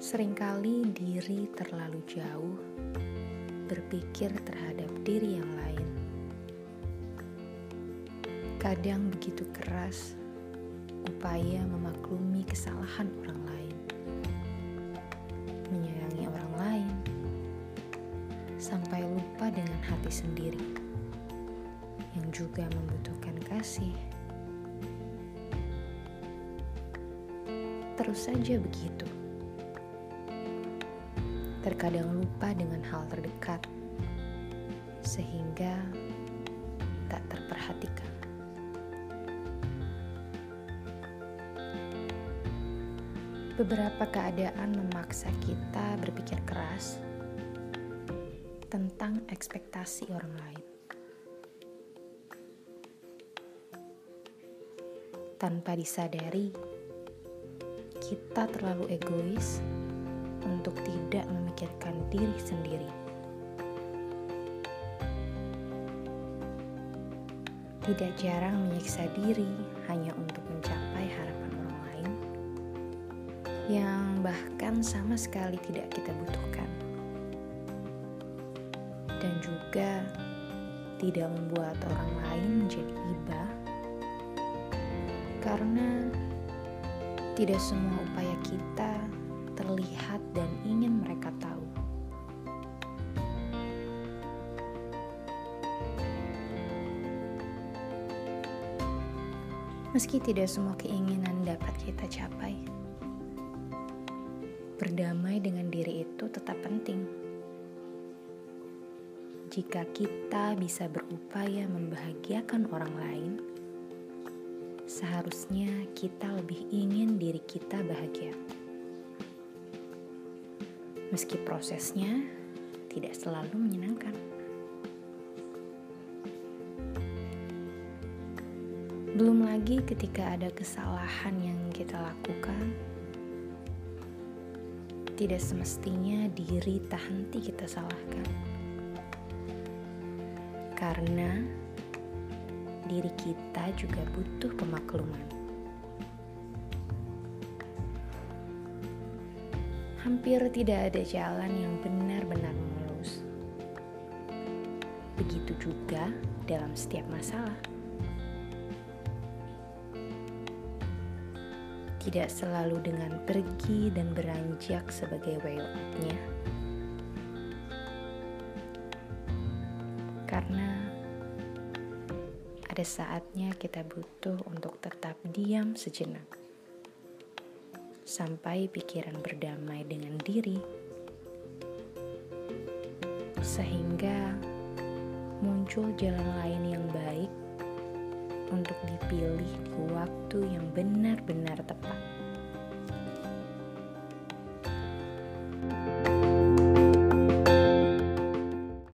Seringkali diri terlalu jauh berpikir terhadap diri yang lain. Kadang begitu keras upaya memaklumi kesalahan orang lain, menyayangi orang lain, sampai lupa dengan hati sendiri yang juga membutuhkan kasih. Terus saja begitu. Terkadang lupa dengan hal terdekat, sehingga tak terperhatikan. Beberapa keadaan memaksa kita berpikir keras tentang ekspektasi orang lain. Tanpa disadari, kita terlalu egois untuk tidak memikirkan diri sendiri. Tidak jarang menyiksa diri hanya untuk mencapai harapan orang lain yang bahkan sama sekali tidak kita butuhkan, dan juga tidak membuat orang lain menjadi iba, karena tidak semua upaya kita terlihat dan ingin mereka tahu. Meski tidak semua keinginan dapat kita capai, berdamai dengan diri itu tetap penting. Jika kita bisa berupaya membahagiakan orang lain, seharusnya kita lebih ingin diri kita bahagia. Meski prosesnya tidak selalu menyenangkan. Belum lagi ketika ada kesalahan yang kita lakukan, tidak semestinya diri tak henti kita salahkan. Karena diri kita juga butuh pemakluman. Hampir tidak ada jalan yang benar-benar mulus. Begitu juga dalam setiap masalah. Tidak selalu dengan pergi dan beranjak sebagai way out-nya. Karena ada saatnya kita butuh untuk tetap diam sejenak, sampai pikiran berdamai dengan diri, sehingga muncul jalan lain yang baik untuk dipilih di waktu yang benar-benar tepat.